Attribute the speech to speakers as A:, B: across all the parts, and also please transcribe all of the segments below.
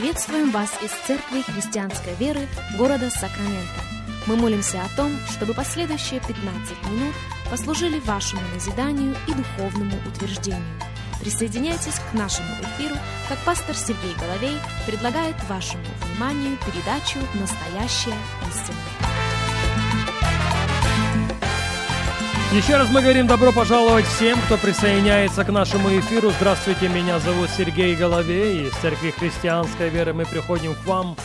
A: Приветствуем вас из Церкви Христианской Веры города Сакраменто. Мы молимся о том, чтобы последующие 15 минут послужили вашему назиданию и духовному утверждению. Присоединяйтесь к нашему эфиру, как пастор Сергей Головей предлагает вашему вниманию передачу «Настоящая истина».
B: Еще раз мы говорим добро пожаловать всем, кто присоединяется к нашему эфиру. Здравствуйте, меня зовут Сергей Головей. Из Церкви Христианской Веры мы приходим к вам.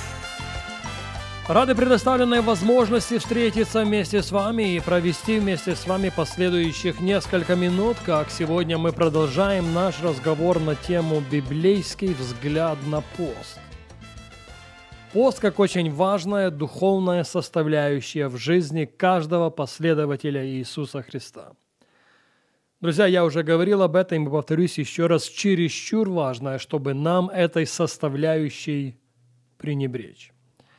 B: Рады предоставленной возможности встретиться вместе с вами и провести вместе с вами последующих несколько минут, как сегодня мы продолжаем наш разговор на тему «Библейский взгляд на пост». Пост как очень важная духовная составляющая в жизни каждого последователя Иисуса Христа. Друзья, я уже говорил об этом и повторюсь еще раз, чересчур важно, чтобы нам этой составляющей пренебречь.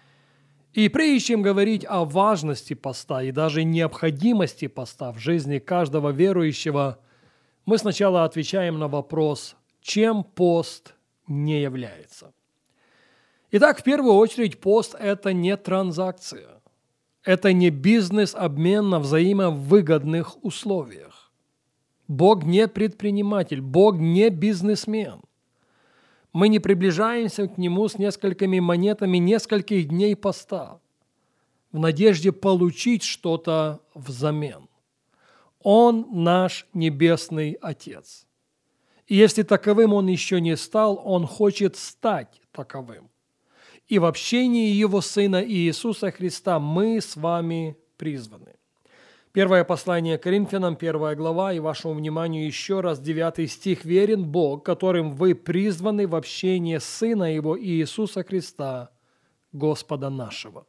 B: И прежде чем говорить о важности поста и даже необходимости поста в жизни каждого верующего, мы сначала отвечаем на вопрос, чем пост не является. Итак, в первую очередь, пост – это не транзакция. Это не бизнес-обмен на взаимовыгодных условиях. Бог не предприниматель, Бог не бизнесмен. Мы не приближаемся к Нему с несколькими монетами нескольких дней поста в надежде получить что-то взамен. Он наш Небесный Отец. И если таковым Он еще не стал, Он хочет стать таковым. И в общении Его Сына Иисуса Христа мы с вами призваны. Первое послание Коринфянам, 1 глава, и вашему вниманию еще раз 9 стих. «Верен Бог, которым вы призваны в общение Сына Его Иисуса Христа, Господа нашего».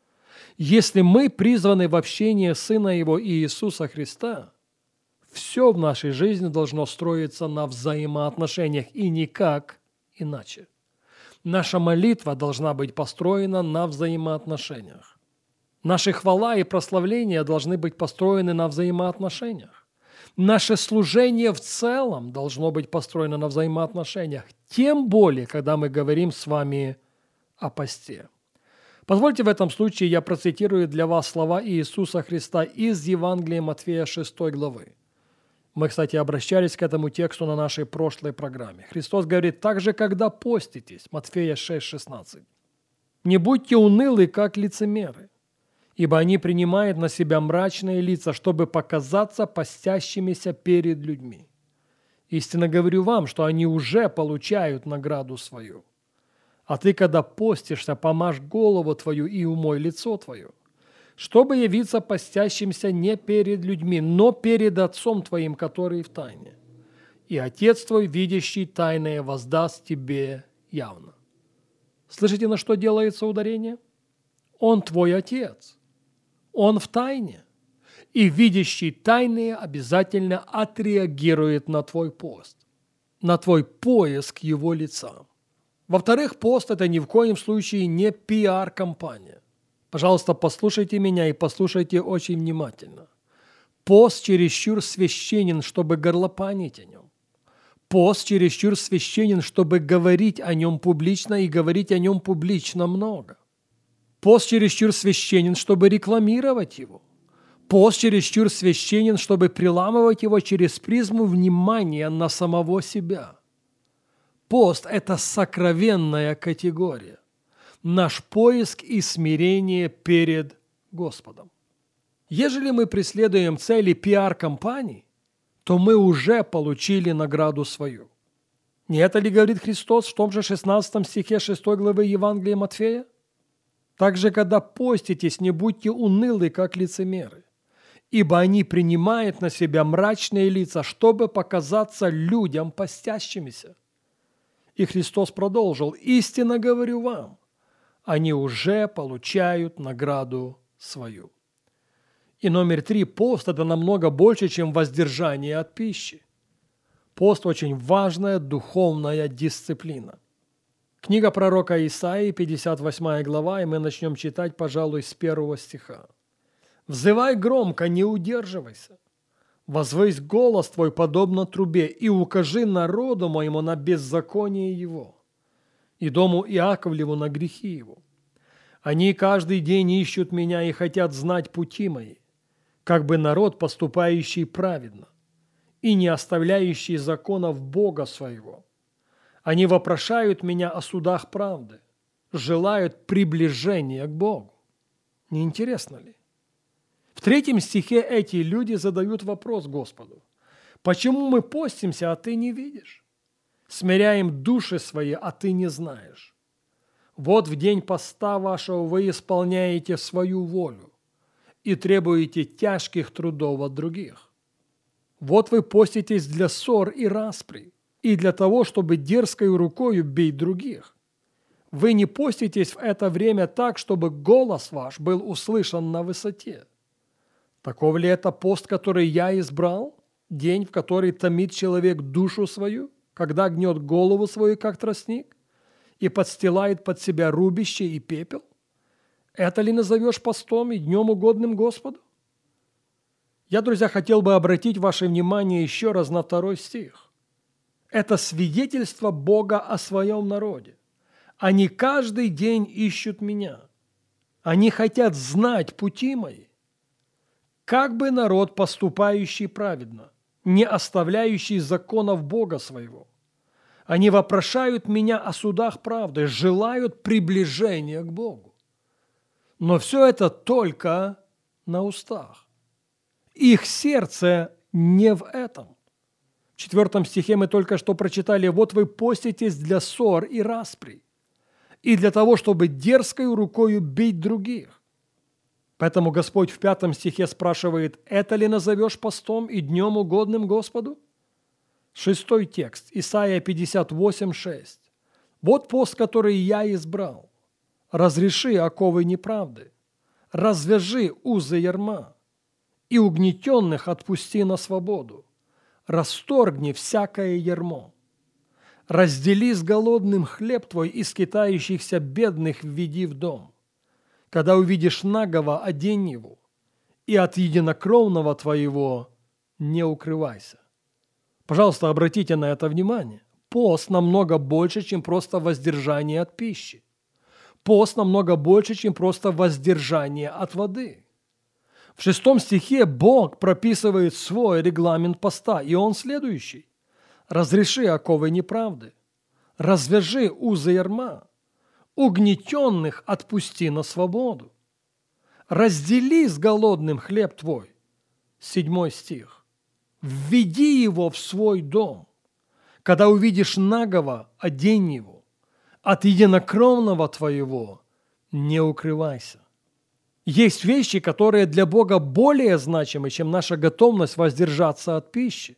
B: Если мы призваны в общение Сына Его Иисуса Христа, все в нашей жизни должно строиться на взаимоотношениях и никак иначе. Наша молитва должна быть построена на взаимоотношениях. Наши хвала и прославления должны быть построены на взаимоотношениях. Наше служение в целом должно быть построено на взаимоотношениях, тем более, когда мы говорим с вами о посте. Позвольте в этом случае я процитирую для вас слова Иисуса Христа из Евангелия Матфея 6 главы. Мы, кстати, обращались к этому тексту на нашей прошлой программе. Христос говорит: «Также, когда поститесь», Матфея 6:16, «не будьте унылы, как лицемеры, ибо они принимают на себя мрачные лица, чтобы показаться постящимися перед людьми. Истинно говорю вам, что они уже получают награду свою. А ты, когда постишься, помажь голову твою и умой лицо твое, чтобы явиться постящимся не перед людьми, но перед Отцом твоим, который в тайне. И Отец твой, видящий тайное, воздаст тебе явно». Слышите, на что делается ударение? Он твой Отец. Он в тайне. И видящий тайное обязательно отреагирует на твой пост, на твой поиск Его лица. Во-вторых, пост – это ни в коем случае не пиар-компания. Пожалуйста, послушайте меня и послушайте очень внимательно. Пост чересчур священен, чтобы горлопанить о нем. Пост чересчур священен, чтобы говорить о нем публично и говорить о нем публично много. Пост чересчур священен, чтобы рекламировать его. Пост чересчур священен, чтобы приламывать его через призму внимания на самого себя. Пост – это сокровенная категория. Наш поиск и смирение перед Господом. Ежели мы преследуем цели пиар-компаний, то мы уже получили награду свою. Не это ли говорит Христос в том же 16 стихе 6 главы Евангелия Матфея? «Также, когда поститесь, не будьте унылы, как лицемеры, ибо они принимают на себя мрачные лица, чтобы показаться людям постящимися». И Христос продолжил: «Истинно говорю вам, они уже получают награду свою». И номер 3. Пост – это намного больше, чем воздержание от пищи. Пост – очень важная духовная дисциплина. Книга пророка Исаии, 58 глава, и мы начнем читать, пожалуй, с 1 стиха. «Взывай громко, не удерживайся. Возвысь голос твой, подобно трубе, и укажи народу моему на беззаконие его. и дому Иаковлеву на грехи его. Они каждый день ищут меня и хотят знать пути мои, как бы народ, поступающий праведно и не оставляющий законов Бога своего. Они вопрошают меня о судах правды, желают приближения к Богу. Не интересно ли? В 3 стихе эти люди задают вопрос Господу: «Почему мы постимся, а ты не видишь? Смиряем души свои, а ты не знаешь? Вот в день поста вашего вы исполняете свою волю и требуете тяжких трудов от других. Вот вы поститесь для ссор и распри, и для того, чтобы дерзкой рукою бить других. Вы не поститесь в это время так, чтобы голос ваш был услышан на высоте. Таков ли это пост, который я избрал? День, в который томит человек душу свою, когда гнет голову свою, как тростник, и подстилает под себя рубище и пепел? Это ли назовешь постом и днем угодным Господу?» Я, друзья, хотел бы обратить ваше внимание еще раз на 2 стих. Это свидетельство Бога о своем народе. Они каждый день ищут меня. Они хотят знать пути мои. Как бы народ, поступающий праведно, не оставляющий законов Бога своего. Они вопрошают меня о судах правды, желают приближения к Богу. Но все это только на устах. Их сердце не в этом. В 4 стихе мы только что прочитали: «Вот вы поститесь для ссор и распри, и для того, чтобы дерзкой рукою бить других». Поэтому Господь в 5 стихе спрашивает: «Это ли назовешь постом и днем угодным Господу?» 6 текст, Исайя 58:6. «Вот пост, который я избрал. Разреши оковы неправды, развяжи узы ярма, и угнетенных отпусти на свободу, расторгни всякое ярмо. Раздели с голодным хлеб твой, и скитающихся бедных введи в дом. Когда увидишь нагого, одень его, и от единокровного твоего не укрывайся». Пожалуйста, обратите на это внимание. Пост намного больше, чем просто воздержание от пищи. Пост намного больше, чем просто воздержание от воды. В 6 стихе Бог прописывает свой регламент поста, и он следующий: «Разреши оковы неправды, развяжи узы ярма, угнетенных отпусти на свободу, раздели с голодным хлеб твой». 7 стих. «Введи его в свой дом. Когда увидишь нагого, одень его. От единокровного твоего не укрывайся». Есть вещи, которые для Бога более значимы, чем наша готовность воздержаться от пищи.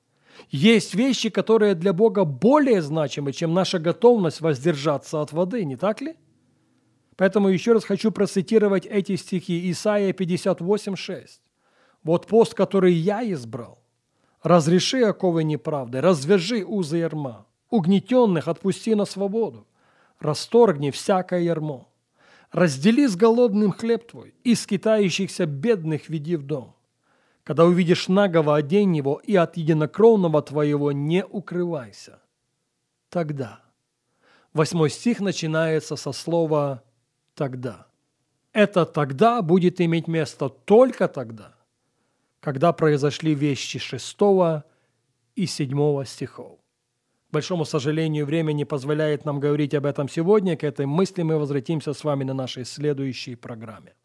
B: Есть вещи, которые для Бога более значимы, чем наша готовность воздержаться от воды, не так ли? Поэтому еще раз хочу процитировать эти стихи. Исайя 58:6. «Вот пост, который я избрал. Разреши оковы неправды, развяжи узы ярма, угнетенных отпусти на свободу, расторгни всякое ярмо. Раздели с голодным хлеб твой, и скитающихся бедных веди в дом. Когда увидишь нагого, одень его, и от единокровного твоего не укрывайся». Тогда. 8 стих начинается со слова «тогда». Это «тогда» будет иметь место только тогда, когда произошли вещи 6 и 7 стихов. К большому сожалению, время не позволяет нам говорить об этом сегодня. К этой мысли мы возвратимся с вами на нашей следующей программе.